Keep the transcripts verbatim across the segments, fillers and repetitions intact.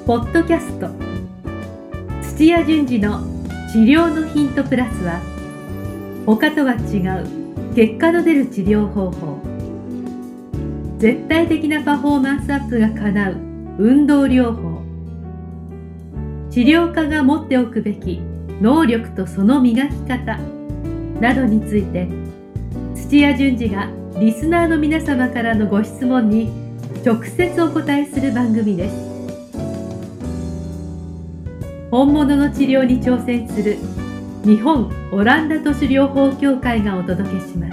ポッドキャスト土屋順次の治療のヒントプラスは、他とは違う結果の出る治療方法、絶対的なパフォーマンスアップが叶う運動療法、治療家が持っておくべき能力とその磨き方などについて、土屋順次がリスナーの皆様からのご質問に直接お答えする番組です。本物の治療に挑戦する日本オランダ都市療法協会がお届けします。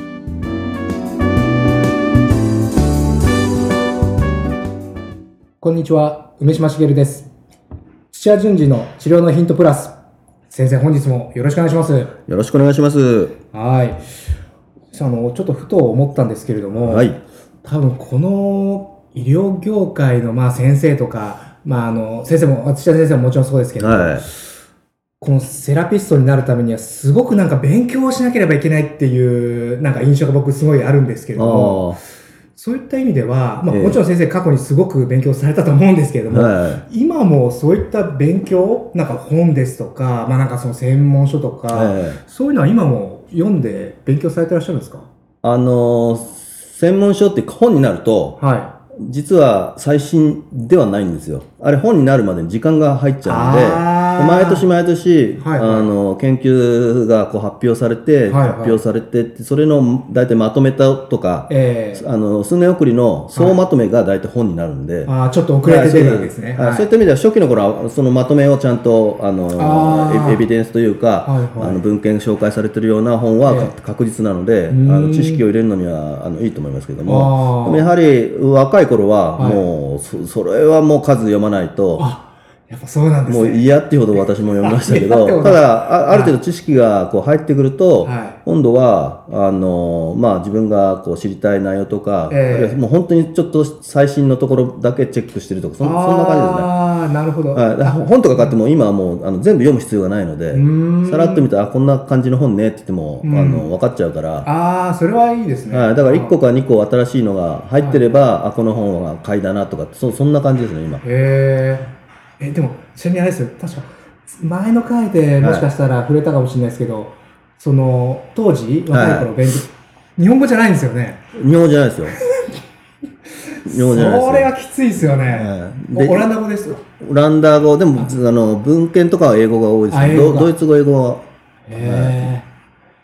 こんにちは、梅島茂です。土屋順次の治療のヒントプラス。先生、本日もよろしくお願いします。よろしくお願いします。 はい。あの、ちょっとふと思ったんですけれども、 はい、 多分この医療業界のまあ先生とか、まああの、先生も、土屋先生ももちろんそうですけど、はい、このセラピストになるためにはすごくなんか勉強をしなければいけないっていうなんか印象が僕すごいあるんですけれども、そういった意味では、まあ、もちろん先生過去にすごく勉強されたと思うんですけれども、はい、今もそういった勉強、なんか本ですとか、まあなんかその専門書とか、はい、そういうのは今も読んで勉強されてらっしゃるんですか？ あのー、専門書って本になると、はい、実は最新ではないんですよ。あれ本になるまでに時間が入っちゃうんで、毎年毎年、はいはい、あの研究がこう発表されて、はいはい、発表されて、それの大体まとめたとか、えー、あの数年送りの総まとめが大体本になるんで、 はい、あちょっと遅れて出るわけですね。 はい、そういった意味では初期の頃はそのまとめをちゃんとあの エ, エビデンスというか、はいはい、あの文献紹介されているような本は、えー、確実なので、あの知識を入れるのにはあのいいと思いますけども、でもやはり若い頃はもう、はい、そ, それはもう数読まないと。 やっぱそうなんですね。 もう嫌っていうほど私も読みましたけど、ただ あ, ある程度知識がこう入ってくると、はい、今度はあの、まあ、自分がこう知りたい内容とか、えー、もう本当にちょっと最新のところだけチェックしてるとか、そ, そんな感じですね。 ああ、なるほど。 はい、本とか買っても今はもうあの全部読む必要がないので、さらっと見たらあこんな感じの本ねって言っても、あの分かっちゃうから。 ああ、それはいいですね。 はい、だからいっこかにこ新しいのが入ってれば、はい、あこの本は買いだなとか そ, そんな感じですね今。 へーえ、でも、ちなみにあれですよ、確か、前の回でもしかしたら触れたかもしれないですけど、はい、その、当時、若い頃勉強、はい、日本語じゃないんですよね。 日本語じゃないですよ。日本語じゃないですよ。 それはきついですよね。はい、オランダ語ですか？ オランダ語、でも、あの、文献とかは英語が多いですけど、ドイツ語、英語は。へー。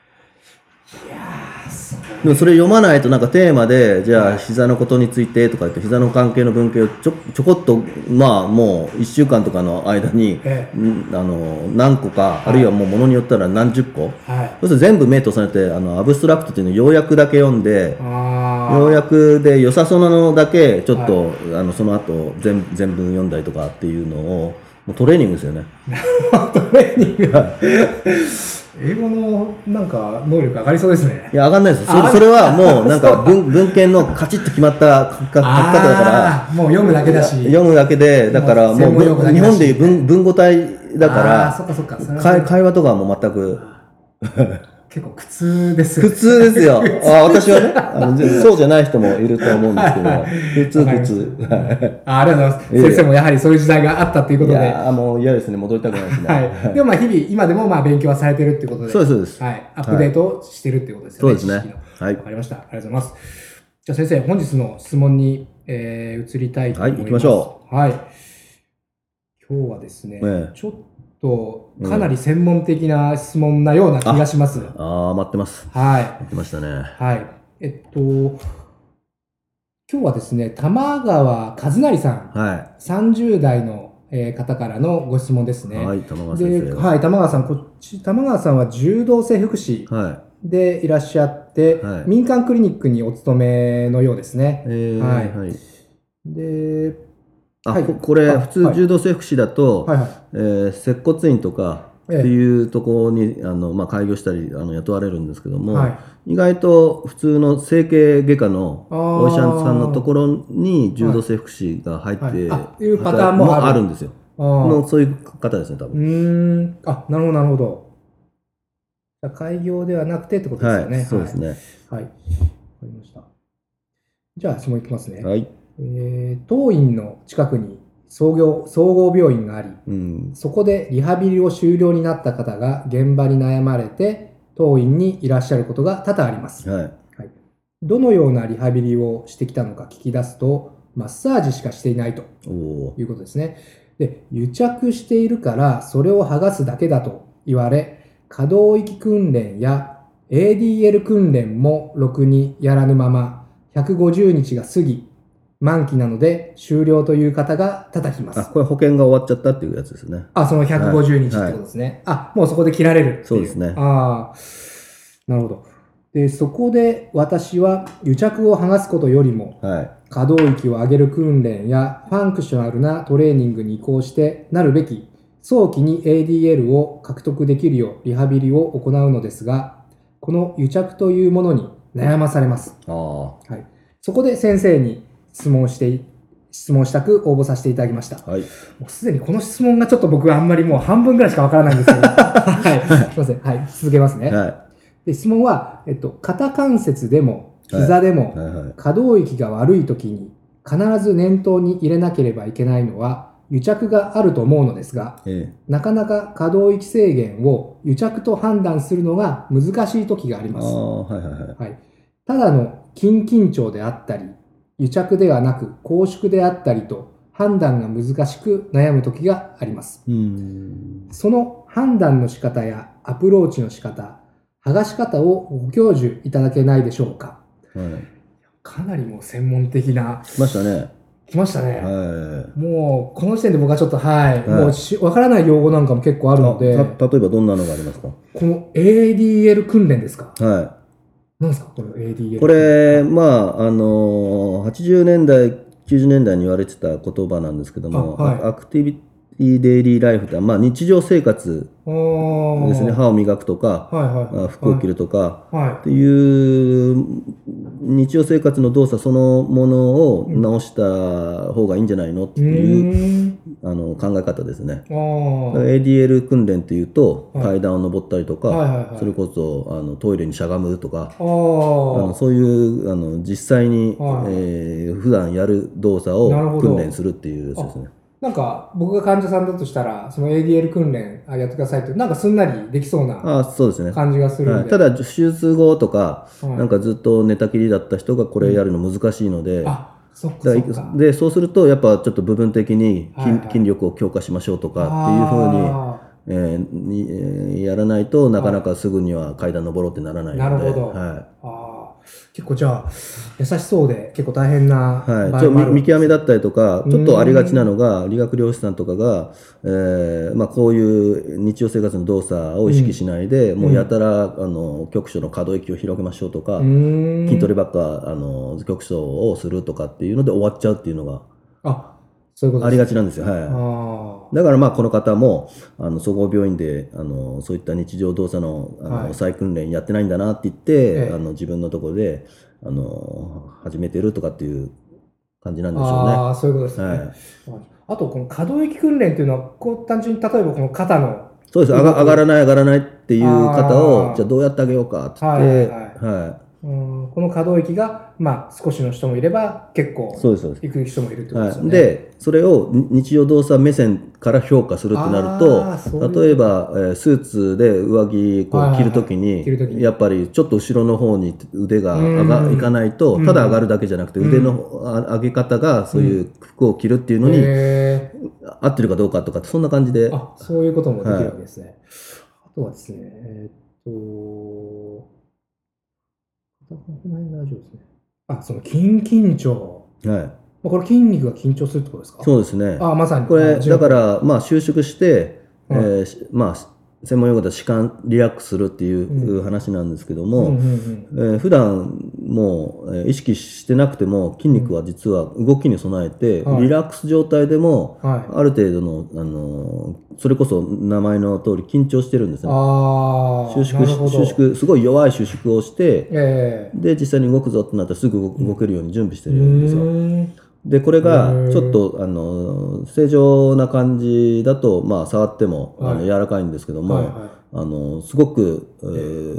でもそれ読まないとなんかテーマでじゃあ膝のことについてとか言って膝の関係の文献をちょ、ちょこっとまあもういっしゅうかんとかの間に、ええ、あの何個か、はい、あるいはもうものによったら何十個、はい、そうすると全部目通されてあのアブストラクトっていうのを要約だけ読んで要約で良さそうなのだけちょっと、はい、あのその後 全, 全文読んだりとかっていうのをもうトレーニングですよね。 トレーニング英語のなんか能力上がりそうですね。 いや上がんないです。それ、それはもうなんか 文, 文献のカチッと決まった書き方だからもう読むだけだし読むだけでだからもう日本でいう 文, 文語体だからそっかそっか会, 会話とかはもう全く結構苦痛ですよね。苦痛ですよ。あ私はねあのそうじゃない人もいると思うんですけど、はいはい、普通普通あありがとうございます。先生もやはりそういう時代があったということで。いやもう嫌ですね。戻りたくないですね。 はい、でもまあ日々今でもまあ勉強はされてるっていうことで、 そうですそうです。 はい、アップデートしてるっていうことですよね。 そうですね。はい。 わかりました。ありがとうございます。じゃあ先生本日の質問に、えー、移りたいと思います。 はい、行きましょう。はい。今日はですね、ええ、ちょっとかなり専門的な質問なような気がします。うん、 ああ待ってます。 はい。 待ってましたね。 はい。えっと今日はですね玉川和成さん、はい、さんじゅう代の方からのご質問ですね。 はい、玉川先生。 で、はい、玉川さん、こっち玉川さんは柔道整復師でいらっしゃって、はい、民間クリニックにお勤めのようですね。 えー、 はい。 はい、 で、 あ、はい、こ, これ普通柔道整復師だと、はいはいえー、接骨院とかっていうところに、ええあのまあ、開業したりあの雇われるんですけども、はい、意外と普通の整形外科のお医者さんのところに柔道整復師が入って、はいはい、 あいうパターンもあ る, もあるんですよ。のそういう方ですね多分。 うーんあなるほどなるほど。開業ではなくてってことですよね。 はい、そうですね。 はい、わ、はい、かりました。じゃあ質問いきますね。 はい。 えー、当院の近くに総合、総合病院があり、 うん、 そこでリハビリを終了になった方が現場に悩まれて当院にいらっしゃることが多々あります。 はい。 はい、どのようなリハビリをしてきたのか聞き出すと、マッサージしかしていないということですね。で、癒着しているからそれを剥がすだけだと言われ、可動域訓練や エーディーエル 訓練もろくにやらぬままひゃくごじゅうにちが過ぎ、満期なので終了という方が多々います。 あ、これ保険が終わっちゃったっていうやつですね。 あ、そのひゃくごじゅうにちってことですね。はいはい、あ、もうそこで切られるっていう。 そうですね。 ああ、なるほど。で、そこで私は癒着を剥がすことよりも、はい、可動域を上げる訓練やファンクショナルなトレーニングに移行してなるべき早期に エーディーエル を獲得できるようリハビリを行うのですが、この癒着というものに悩まされます。あ、はい、そこで先生に質問して質問したく応募させていただきました。はい、もうすでにこの質問がちょっと僕はあんまりもう半分ぐらいしかわからないんですけど、はい、すみません、はい、続けますね。はい、で質問は、えっと、肩関節でも膝でも、はいはいはい、可動域が悪いときに必ず念頭に入れなければいけないのは癒着があると思うのですが、ええ、なかなか可動域制限を癒着と判断するのが難しいときがあります。あ、はいはいはいはい、ただの筋緊張であったり癒着ではなく拘縮であったりと判断が難しく悩むときがあります。うん、その判断の仕方やアプローチの仕方、剥がし方をご教授いただけないでしょうか。はい、かなりもう専門的な。 来ましたね。 来ましたね。はい、もうこの時点で僕はちょっとはい、はい、もうしわからない用語なんかも結構あるので。 例えばどんなのがありますか。 この エーディーエル 訓練ですか。はい。何ですかこの エーディーエル。 これ、まあ、あの、はちじゅうねんだい、きゅうじゅうねんだいに言われてた言葉なんですけども、はい、アクティビティデイリーライフって、まあ、日常生活ですね。歯を磨くとか、はいはい、服を着るとか、はい、っていう日常生活の動作そのものを直した方がいいんじゃないのっていう、うん、あの考え方ですね。エーディーエル 訓練っていうと、はい、階段を登ったりとか、はいはいはい、それこそあのトイレにしゃがむとか、あのそういうあの実際に、はい、えー、普段やる動作を訓練するっていうやつですね。 なんか僕が患者さんだとしたらその エーディーエル 訓練やってくださいってなんかすんなりできそうな感じがするんで、 はい、ただ手術後とか、はい、なんかずっと寝たきりだった人がこれやるの難しいので、うん、あ、そっかそっか。でそうするとやっぱちょっと部分的に 筋,、はいはい、筋力を強化しましょうとかっていうふうに、えーにえー、やらないとなかなかすぐには階段登ろうってならないので、 なるほど、はい、あ結構じゃあ優しそうで結構大変な場合もあるんです、 はい、見極めだったりとかちょっとありがちなのが理学療法士さんとかが、えーまあ、こういう日常生活の動作を意識しないで、うん、もうやたらあの局所の可動域を広げましょうとか、うん、筋トレばっかあの局所をするとかっていうので終わっちゃうっていうのがあそういうことです、ね、ありがちなんですよ。はい、だからまあこの方もあの総合病院であのそういった日常動作のあの、はい、再訓練やってないんだなって言って、ええ、あの自分のところであの始めてるとかっていう感じなんでしょうね。 ああ、そういうことですね。はい、あとこの可動域訓練っていうのはこう単純に例えばこの肩のそうです上が、上がらない上がらないっていう方をじゃあどうやってあげようかって言って、はいはいはいうんこの可動域が、まあ、少しの人もいれば結構行く人もいるってことですよね。 でそれを日常動作目線から評価するってなると例えば、えー、スーツで上着こう着るときにやっぱりちょっと後ろの方に腕が上がいかないとただ上がるだけじゃなくて腕の上げ方がそういう服を着るっていうのに合ってるかどうかとかそんな感じであそういうこともできるわけですね。はい、あとはですねえー、っとこの辺大丈夫ですね。あ、その筋緊張。はい。これ筋肉が緊張するってことですか？ そうですね。 あ、まさに。 これだからまあ収縮して、はい、えー、まあ専門用語では弛緩リラックスするっていう話なんですけども、うんうんうんうん、えー、普段もう意識してなくても筋肉は実は動きに備えて、うん、リラックス状態でもある程度の、あのそれこそ名前の通り緊張してるんですね。あ収縮収縮すごい弱い収縮をして、えー、で実際に動くぞってなったらすぐ動けるように準備してるんですよ。うんでこれがちょっとあの正常な感じだと、まあ、触っても、はい、あの柔らかいんですけども、はいはい、あのすごく、え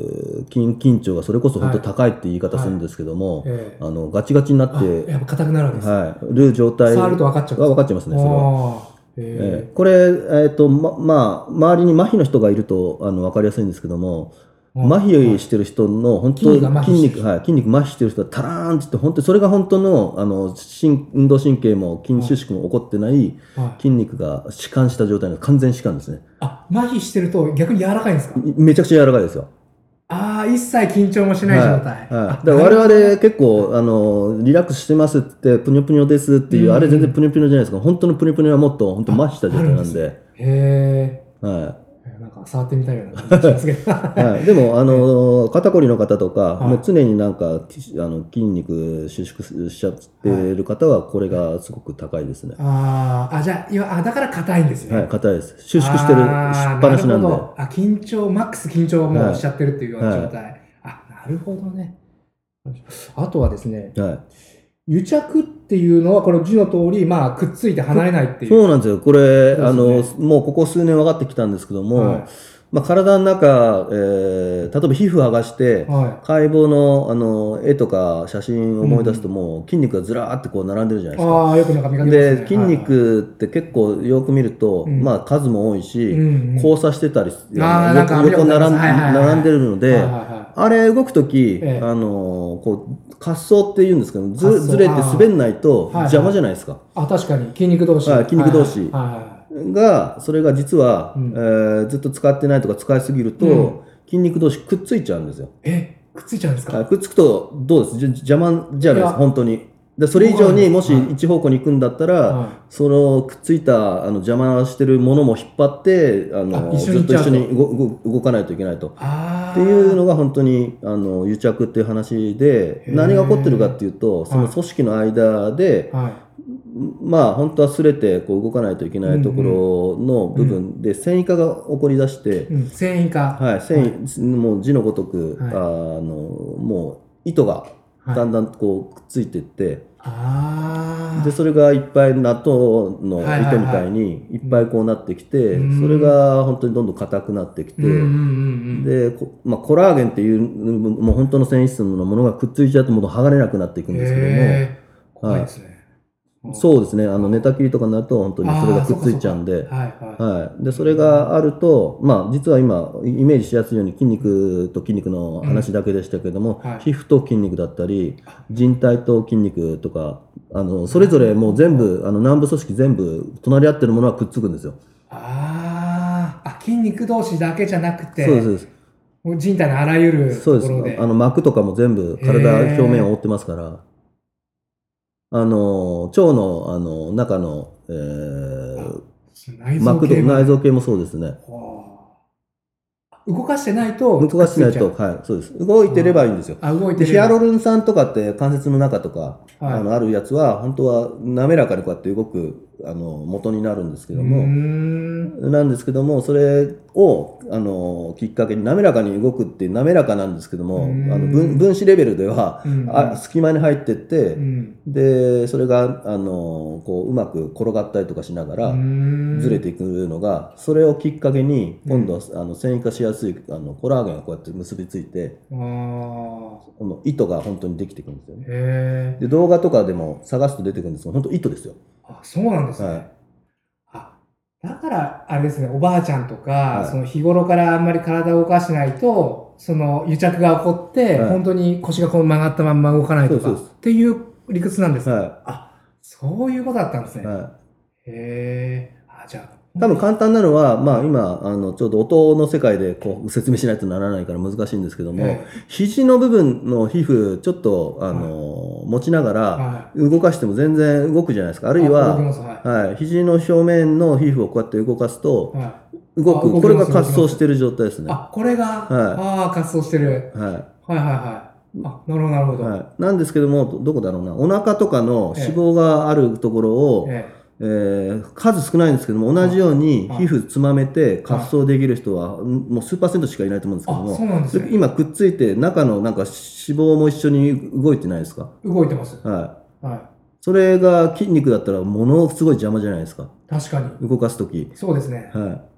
筋緊張がそれこそ本当高いって言い方するんですけども、 はいはいえあのガチガチになって、 やっぱ硬くなるんです、 はい、る状態触ると分かっちゃうが分かっちゃいますね、それは。えー、これ、えーとままあ、周りに麻痺の人がいるとあの分かりやすいんですけども、麻痺してる人の本当筋肉、はい、筋肉麻痺してる人はタラーンって言って本当にそれが本当のあの運動神経も筋収縮も起こってない筋肉が弛緩した状態の完全弛緩ですね。 あ、麻痺してると逆に柔らかいんですか？ めちゃくちゃ柔らかいですよ。 ああ、一切緊張もしない状態。はいはい、だから我々結構あのリラックスしてますってプニョプニョですっていう、うん、あれ全然プニョプニョじゃないですか。本当のプニョプニョはもっと本当麻痺した状態なんで。 へえ。 はい。 なんか触ってみたいような感じしますけど、 はい、でもあの肩こりの方とか、はい、もう常になんかあの筋肉収縮しちゃってる方はこれがすごく高いですね。 はい、ああ、じゃあ、あだから硬いんですね。 はい、硬いです。収縮してる、しっぱなしなんで。 あ、緊張、マックス緊張もうしちゃってるっていうような状態。はい、あ、なるほどね。あとはですね、はい癒着っていうのは、この字の通り、まあ、くっついて離れないっていう。 そうなんですよ。これ、ね、あの、もうここ数年分かってきたんですけども、はい、まあ、体の中、えー、例えば皮膚剥がして、はい、解剖の、あの、絵とか写真を思い出すと、もう筋肉がずらーってこう並んでるじゃないですか。 ああ、よくなんか見かけますね。 で、筋肉って結構よく見ると、はい、まあ、数も多いし、うんうん、交差してたり、横に並ん、並んでるので、はいはいはい、あれ動くとき、ええ、あの、こう、滑走って言うんですけど、ず、ずれて滑んないと邪魔じゃないですか。 はいはい、あ、確かに。筋肉同士。 はい、筋肉同士。が、それが実は、うんえー、ずっと使ってないとか使いすぎると、うん、筋肉同士くっついちゃうんですよ。 え、くっついちゃうんですか？ はい、くっつくと、どうです？邪魔じゃないですか、本当に。でそれ以上にもし一方向に行くんだったら、はい、そのくっついたあの邪魔してるものも引っ張ってあのあずっと一緒に動動かないといけないとっていうのが本当にあの癒着っていう話で、何が起こってるかっていうと、その組織の間で、はいはい、まあ本当は擦れてこう動かないといけないところの部分で繊維化が起こり出して、 うん、繊維化、 はい、繊維、はい、もう字のごとく、はい、あのもう糸がだんだんこうくっついていって、はい、でそれがいっぱい納豆の糸みたいにいっぱいこうなってきて、はいはいはい、それが本当にどんどん硬くなってきて、で、まあ、コラーゲンっていうもう本当の繊維質のものがくっついちゃうともう剥がれなくなっていくんですけども、 怖いですね。 そうですね、あの寝たきりとかになると本当にそれがくっついちゃうんで、はいはい、でそれがあると、まあ、実は今イメージしやすいように筋肉と筋肉の話だけでしたけども、うんはい、皮膚と筋肉だったり人体と筋肉とかあのそれぞれもう全部あの軟部組織全部隣り合ってるものはくっつくんですよ。 ああ、筋肉同士だけじゃなくて、 そうですもう人体のあらゆるところで、 そうです、あの膜とかも全部体表面を覆ってますから。あの腸のあの中の、えー、 内臓系も内臓系もそうですね。 動かしてないと動かしてないと、はい、そうです。動いてればいいんですよ。 あ、動いてれば。 ヒアルロン酸とかって関節の中とか、はい、あのあるやつは本当は滑らかにこうやって動くあの元になるんですけども、なんですけども、それをあのきっかけに滑らかに動くって滑らかなんですけども、あの 分, 分子レベルでは、あ隙間に入ってって、でそれがあのこううまく転がったりとかしながらずれていくのが、それをきっかけに今度あの繊維化しやすいあのコラーゲンがこうやって結びついて、あこの糸が本当にできてくるんですよね。へで動画とかでも探すと出てくるんですけど、本当糸ですよ。 あ、そうなんですね。はい、あ、だからあれですね、おばあちゃんとか、はい、その日頃からあんまり体を動かしないと、その癒着が起こって、はい、本当に腰がこう曲がったまんま動かないとかっていう理屈なんですね。はい、あ、そういうことだったんですね。はい、へえ。あ、じゃあ。 多分簡単なのは、まあ今、あの、ちょうど音の世界でこう説明しないとならないから難しいんですけども、えー、肘の部分の皮膚、ちょっと、あの、はい、持ちながら、動かしても全然動くじゃないですか。あるいは、はい、はい、肘の表面の皮膚をこうやって動かすと、はい、動く。これが滑走してる状態ですね。 あ、これが、はい、ああ、滑走してる。はい。はいはいはい。あ、なるほどなるほど。はい。 なんですけども、どこだろうな。お腹とかの脂肪があるところを、えーえー、数少ないんですけども、同じように皮膚つまめて滑走できる人はもう数パーセントしかいないと思うんですけども、 そうなんですね、 今くっついて中のなんか脂肪も一緒に動いてないですか？ 動いてます。 はい。はい。それが筋肉だったらものすごい邪魔じゃないですか。 確かに。 動かすとき。 そうですね。 はい。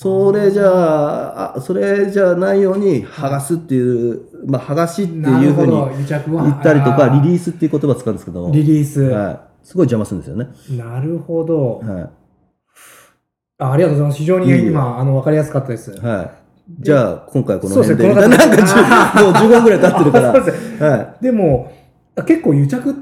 それじゃあ、あそれじゃないように剥がすっていう、まあ、剥がしっていうふうに言ったりとか、リリースっていう言葉を使うんですけども、 リリース、 はい、すごい邪魔するんですよね。 なるほど。 はい、 あ、ありがとうございます。非常に今、あの、わかりやすかったです。 はい。じゃあ、今回この辺で、なんかもうじゅうごふんぐらい経ってるから。 はい、でも、結構癒着って、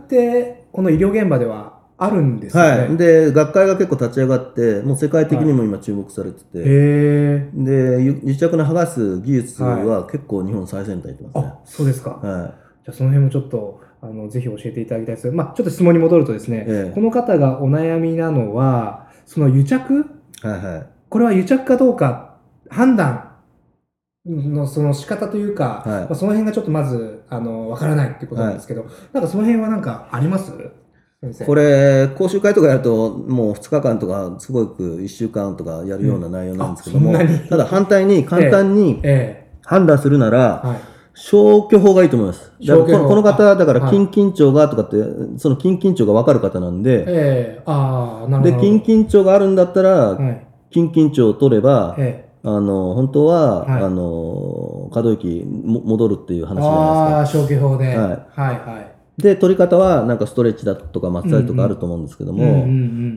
この医療現場ではあるんですよね。 はい。で、学会が結構立ち上がって、もう世界的にも今注目されてて、はい、で、癒着の剥がす技術は結構日本最先端にいってますね。 あ、そうですか。 はい。 じゃあ、その辺もちょっと、あの、ぜひ教えていただきたいです。まあ、ちょっと質問に戻るとですね、ええ、この方がお悩みなのは、その癒着、はいはい、これは癒着かどうか判断のその仕方というか、はい、まあ、その辺がちょっとまずあの分からないっていうことなんですけど、はい、なんかその辺はなんかあります？先生。 これ講習会とかやるともうふつかかんとかすごくいっしゅうかんとかやるような内容なんですけども、うん、ただ反対に簡単に判断するなら、ええええ、はい、消去法がいいと思います。だからこの方だから筋緊張がとかって、はい、その筋緊張が分かる方なんで、ええ、あ、なるほど。で筋緊張があるんだったら、はい、筋緊張を取れば、ええ、あの本当は、はい、あの可動域も戻るっていう話じゃないですか。 ああ、消去法で、はい、はいはい。 で取り方はなんかストレッチだとかマッサージとかあると思うんですけども、うんうん、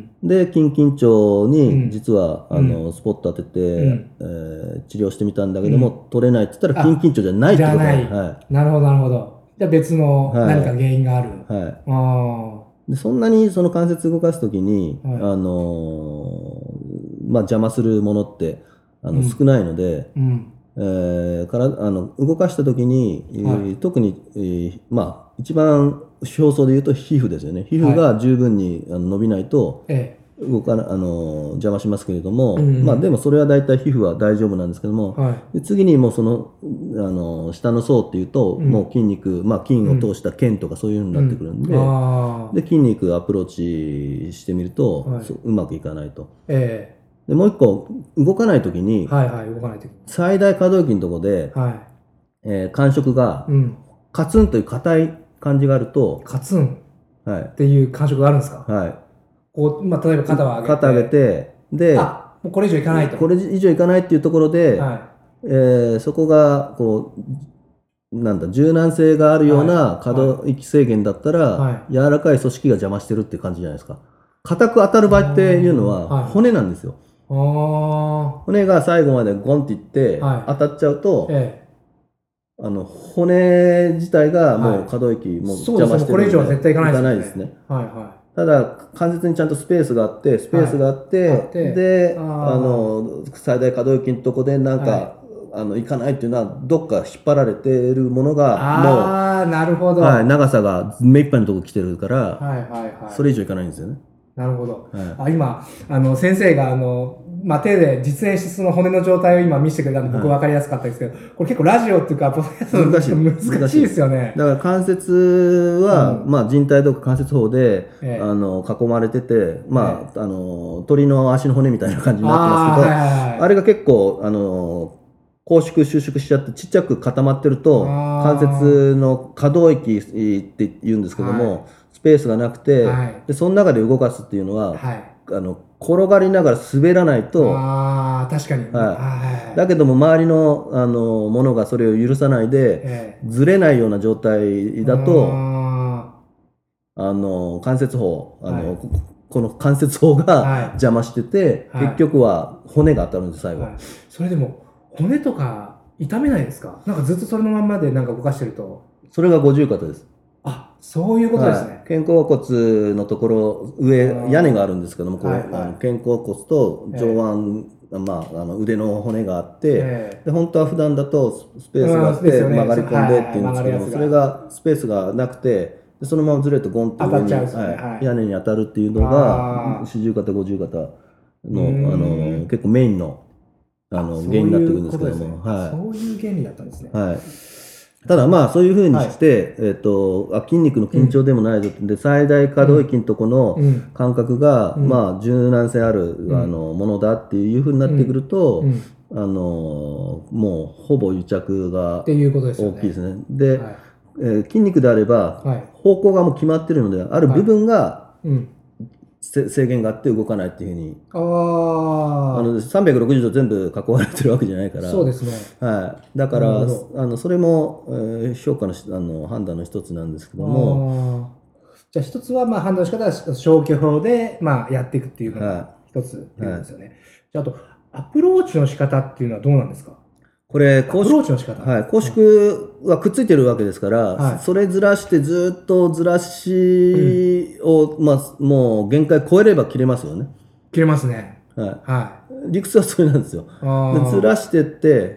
で筋緊張に実は、うん、あのスポット当てて、うん、えー、治療してみたんだけども、うん、取れないって言ったら筋緊張じゃないってことです。はい、なるほどなるほど。じゃあ別の何か原因がある。はい。はい、 あでそんなにその関節動かすときに、はい、あのー、まあ邪魔するものってあの、うん、少ないので、うん、えー、からあの動かしたときに、はい、特に、えー、まあ一番表層で言うと皮膚ですよね。皮膚が十分に、はい、あの伸びないと動かな、あの邪魔しますけれども、うんうん、まあでもそれは大体皮膚は大丈夫なんですけども、はい、で次にもうそのあの下の層っていうと、うん、もう筋肉、まあ、筋を通した腱とかそういうのになってくるんで、うんうん、で筋肉アプローチしてみると、はい、うまくいかないと。えー、でもう一個動かないときに、はいはい、動かない時に最大可動域のところで、はい、えー、感触が、うん、カツンという硬い感じがあると、 カツンっていう感触があるんですか？ はい。 こう、まあ、例えば肩を上げて。 肩上げて、で、 あ、もうこれ以上いかないと。 これ以上いかないっていうところで、はい、えー、そこが、こう、なんだ、柔軟性があるような可動域制限だったら、はいはい、柔らかい組織が邪魔してるっていう感じじゃないですか。硬く当たる場合っていうのは、骨なんですよ。はい、骨が最後までゴンっていって、当たっちゃうと、ええ、あの骨自体がもう可動域も邪魔してるので、 これ以上は絶対いかないですね。はいはい、ただ関節にちゃんとスペースがあってスペースがあって、はい、で あ, あの最大可動域のとこでなんか、はい、あのいかないっていうのはどっか引っ張られてるものがもうあなるほど、 はい、長さが目いっぱいのとこ来てるから、はいはいはい、それ以上いかないんですよね。 なるほど。はい、あ今あの先生があのまあ、手で実演してその骨の状態を今見せてくれたんで僕分かりやすかったですけど、はい、これ結構ラジオっていうかポッドキャスト難しい難しいですよね。 だから関節は、うん、まあ、人体ドック関節法で、ええ、あの囲まれてて、まあ、ええ、あの鳥の足の骨みたいな感じになってますけど あ,、はいはいはい、あれが結構あの拘縮収縮しちゃってちっちゃく固まってると関節の可動域って言うんですけども、はい、スペースがなくて、はい、でその中で動かすっていうのは、はい、あの転がりながら滑らないと、 あ確かに、 はい、だけども周りの、あのものがそれを許さないで、ええ、ずれないような状態だとあの関節包あの、はい、この関節包が邪魔してて、はい、結局は骨が当たるんです最後、はい、 それでも骨とか痛めないですか？なんかずっとそれのまんまでなんか動かしてると。 それが五十肩です。 あ、そういうことですね。 はい、肩甲骨のところ上屋根があるんですけども、こう、はいはい、あの肩甲骨と上腕、えー、まあ、あの腕の骨があって、えー、で本当は普段だとスペースがあって、ね、曲がり込んでっていうんですけども、はいはい、それがスペースがなくてでそのままずれるとゴンって上に、ね、はい、屋根に当たるっていうのが四十肩五十肩の、あの結構メインのあの原因になってくるんですけども、 はい、そういう原理だったんですね。 はい、ただまあそういうふうにして、はい、えー、とあ筋肉の緊張でもないぞって、うん、で最大可動域のとこの感覚が、うん、まあ、柔軟性ある、うん、あのものだっていうふうになってくると、うんうん、あのもうほぼ癒着が大きいですね。で、はい、えー、筋肉であれば、はい、方向がもう決まってるのである部分が制限があって動かないっていうふうに、 あああのさんびゃくろくじゅうど全部囲われてるわけじゃないから、 そうですね、 はい、だからあのそれも、えー、評価のあの判断の一つなんですけども、 じゃあ一つはまあ判断の仕方は消去法でまあやっていくっていうのが一つっていうことですよね。はい、じゃあ、あとアプローチの仕方っていうのはどうなんですか？ これ、 アプローチの仕方、 はい、公縮はくっついてるわけですから、はい、それずらしてずっとずらしを、うん、まあ、もう限界超えれば切れますよね。 切れますね。 はい。はい、理屈はそれなんですよ。でずらしてって、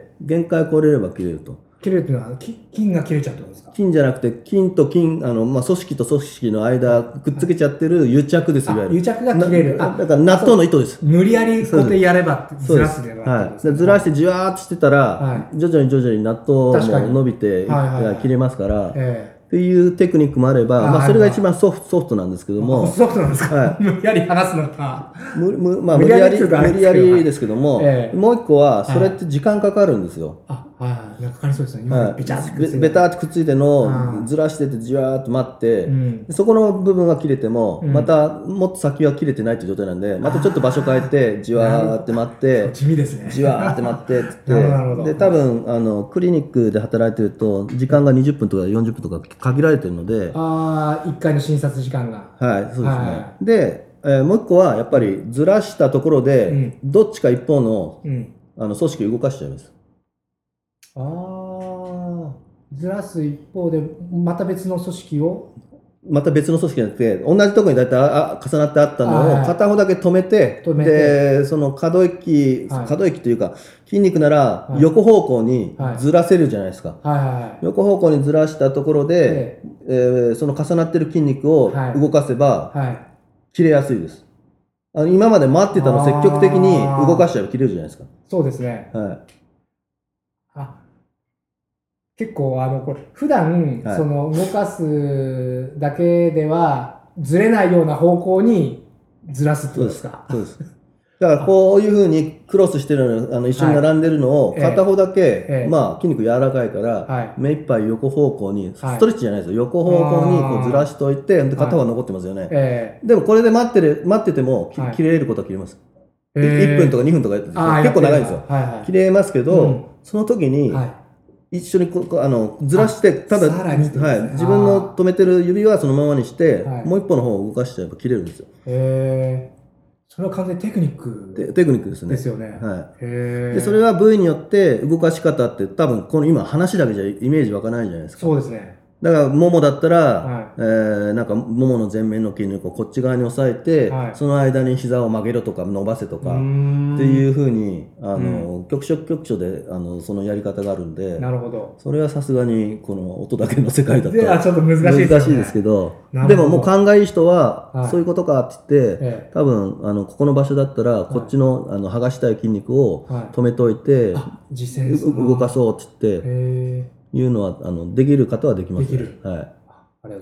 限界超えれば切れると。 切れるっていうのは、筋が切れちゃうってことですか？ 筋じゃなくて、筋と筋、あの、まあ、組織と組織の間、くっつけちゃってる癒着です、いわゆる。 癒着が切れる。 だから納豆の糸です。 無理やりこうやってやれば、ずらすでは、 はい。ずらしてじわーっとしてたら、はい、徐々に徐々に納豆も伸びて、切れますから、っていうテクニックもあれば、まあ、それが一番ソフト、ソフトなんですけども。 ソフトなんですか？はい、無理やり離すのか。 む、む、まあ、無理やり、無理やりですけども、もう一個は、それって時間かかるんですよ。 はい、かかりそうですね。 はい、ベターってくっついてのずらしててじわーっと待って、うん、そこの部分が切れても、うん、またもっと先は切れてないという状態なんで、またちょっと場所変えてじわーって待って地味ですね。 じわーって待ってってで多分あのクリニックで働いてると時間がにじゅっぷんとかよんじゅっぷんとか限られてるので、 ああいっかいの診察時間がはいそうですね、はい、で、えー、もう一個はやっぱりずらしたところで、うん、どっちか一方の、うん、あの組織を動かしちゃいます。 ああ、ずらす一方でまた別の組織をまた別の組織じゃなくて同じところにだいたいあ重なってあったのを片方だけ止めて、はい、でその可動域、はい、可動域というか筋肉なら横方向にずらせるじゃないですか、はいはいはい、横方向にずらしたところで、はいえー、その重なってる筋肉を動かせば、はいはい、切れやすいです。あの今まで待ってたの積極的に動かしちゃえば切れるじゃないですか。 そうですね、 はい、 あ結構あのこれ普段、はい、その動かすだけではずれないような方向にずらすってことですか？ そうです。そうです。だからこういうふうにクロスしてるのあの一緒に並んでるのを片方だけ、はいええ、まあ筋肉柔らかいから、はい、目いっぱい横方向に、はい、ストレッチじゃないですよ。横方向にこうずらしといてで片方は残ってますよね。はいええ、でもこれで待ってる待ってても、はい、切れることは切れます。えー、いっぷんとかにふんとかやって結構長いんですよ。はいはい、切れますけど、うん、その時に、はい一緒にこあのずらしてただ、はい、自分の止めてる指はそのままにして、はい、もう一方の方を動かしちゃえば切れるんですよ。 へえ。それは完全にテクニックでテクニックですね。 ですよね。 はい。へでそれは部位によって動かし方って多分この今話だけじゃイメージ湧かないじゃないですか。 そうですね。 だからももだったら、はいえー、なんかももの前面の筋肉をこっち側に押さえて、はい、その間に膝を曲げろとか伸ばせとかっていうふうにあの、うん、局所局所であのそのやり方があるんで、 なるほど。 それはさすがにこの音だけの世界だとちょっと難しいですね。 難しいですけど、でももう勘がいい人は、はい、そういうことかって言って、ええ、多分あのここの場所だったらこっちの、はい、あの剥がしたい筋肉を止めといて、はい、 実践動かそうって言って。いうのはあのできる方はできます、ね。 できる。 はい。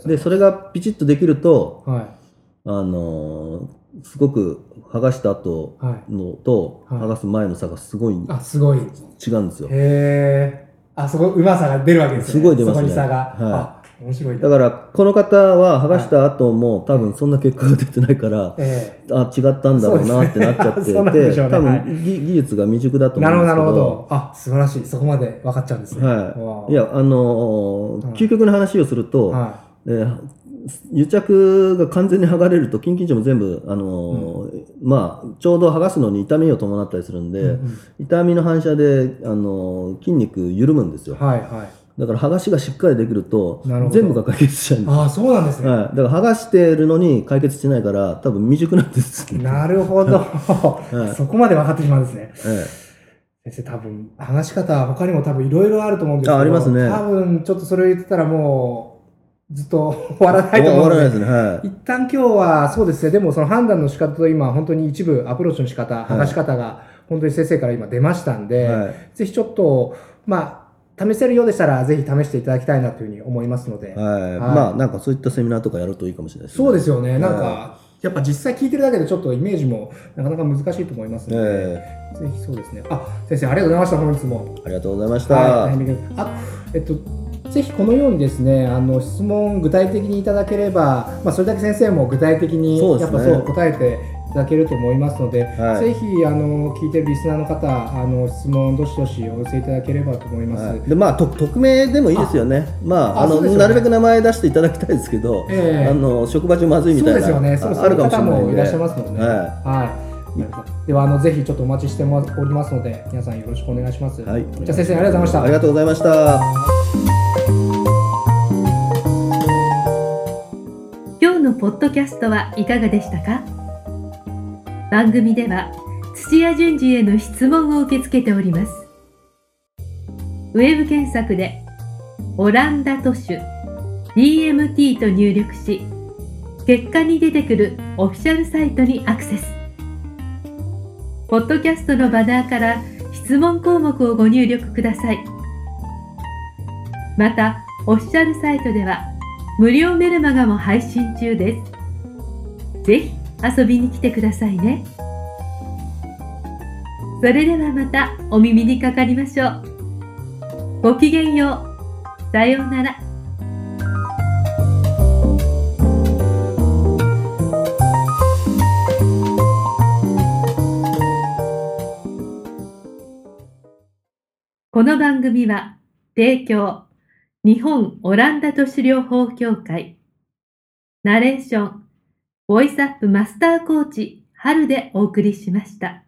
でそれがピチッとできると、はい、あのー、すごく剥がした後のと、はい、剥がす前の差がすごい、 あすごい違うんですよ。 へえ。あそこうまさが出るわけですね。 すごい出ますね。 そこに差が。 はい。 面白い。 だからこの方は剥がした後も、はい、多分そんな結果が出てないから、えー、あ違ったんだろうなってなっちゃってて、ねね、多分、はい、技術が未熟だと思うんですけど。 なるほどなるほど。あ素晴らしい。そこまで分かっちゃうんですね。 はい。いやあのー、究極の話をすると、はいえー、癒着が完全に剥がれると筋筋腸も全部あのーうん、まあちょうど剥がすのに痛みを伴ったりするんで、うんうん、痛みの反射であのー、筋肉緩むんですよ。 はいはい。 だから剥がしがしっかりできると全部が解決しちゃうんです。 ああそうなんですね。 はい。だから剥がしてるのに解決してないから多分未熟なんです。 なるほど。はい、そこまで分かってしまうんですね。はい、先生多分話し方他にも多分いろいろあると思うんですけど。 あ、ありますね。 多分ちょっとそれを言ってたらもうずっと終わらないと思うので。終わらないですね。はい。一旦今日はそうですね。でもその判断の仕方と今本当に一部アプローチの仕方、剥がし方が本当に先生から今出ましたんで、はい、ぜひちょっとまあ。試せるようでしたらぜひ試していただきたいなというふうに思いますので、 はいはい、まあなんかそういったセミナーとかやるといいかもしれないですね。 そうですよね。なんかやっぱ実際聞いてるだけでちょっとイメージもなかなか難しいと思いますので、えー、ぜひそうですね。あ先生ありがとうございました。本日もありがとうございました。 はい、あえっとぜひこのようにですね、あの質問具体的にいただければ、まあ、それだけ先生も具体的にやっぱそう答えていただけると思いますので、はい、ぜひあの聞いてるリスナーの方、あの質問どしどしお寄せいただければと思います。はい、 でまあと匿名でもいいですよね。まああの、ね、なるべく名前出していただきたいですけど、えー、あの職場中まずいみたいな、そうですよね、 あるかもしれないので、いらっしゃいますもんね。はい。はいではあのぜひちょっとお待ちしておりますので、皆さんよろしくお願いします。はい、じゃあ先生ありがとうございました。 ありがとうございました。 今日のポッドキャストはいかがでしたか？番組では土屋順次への質問を受け付けております。ウェブ検索でオランダ都市 ディーエムティー と入力し、結果に出てくるオフィシャルサイトにアクセス。ポッドキャストのバナーから質問項目をご入力ください。また、オフィシャルサイトでは無料メルマガも配信中です。ぜひ遊びに来てくださいね。それではまたお耳にかかりましょう。ごきげんよう。さようなら。この番組は提供日本オランダ都市療法協会ナレーションボイスアップマスターコーチ春でお送りしました。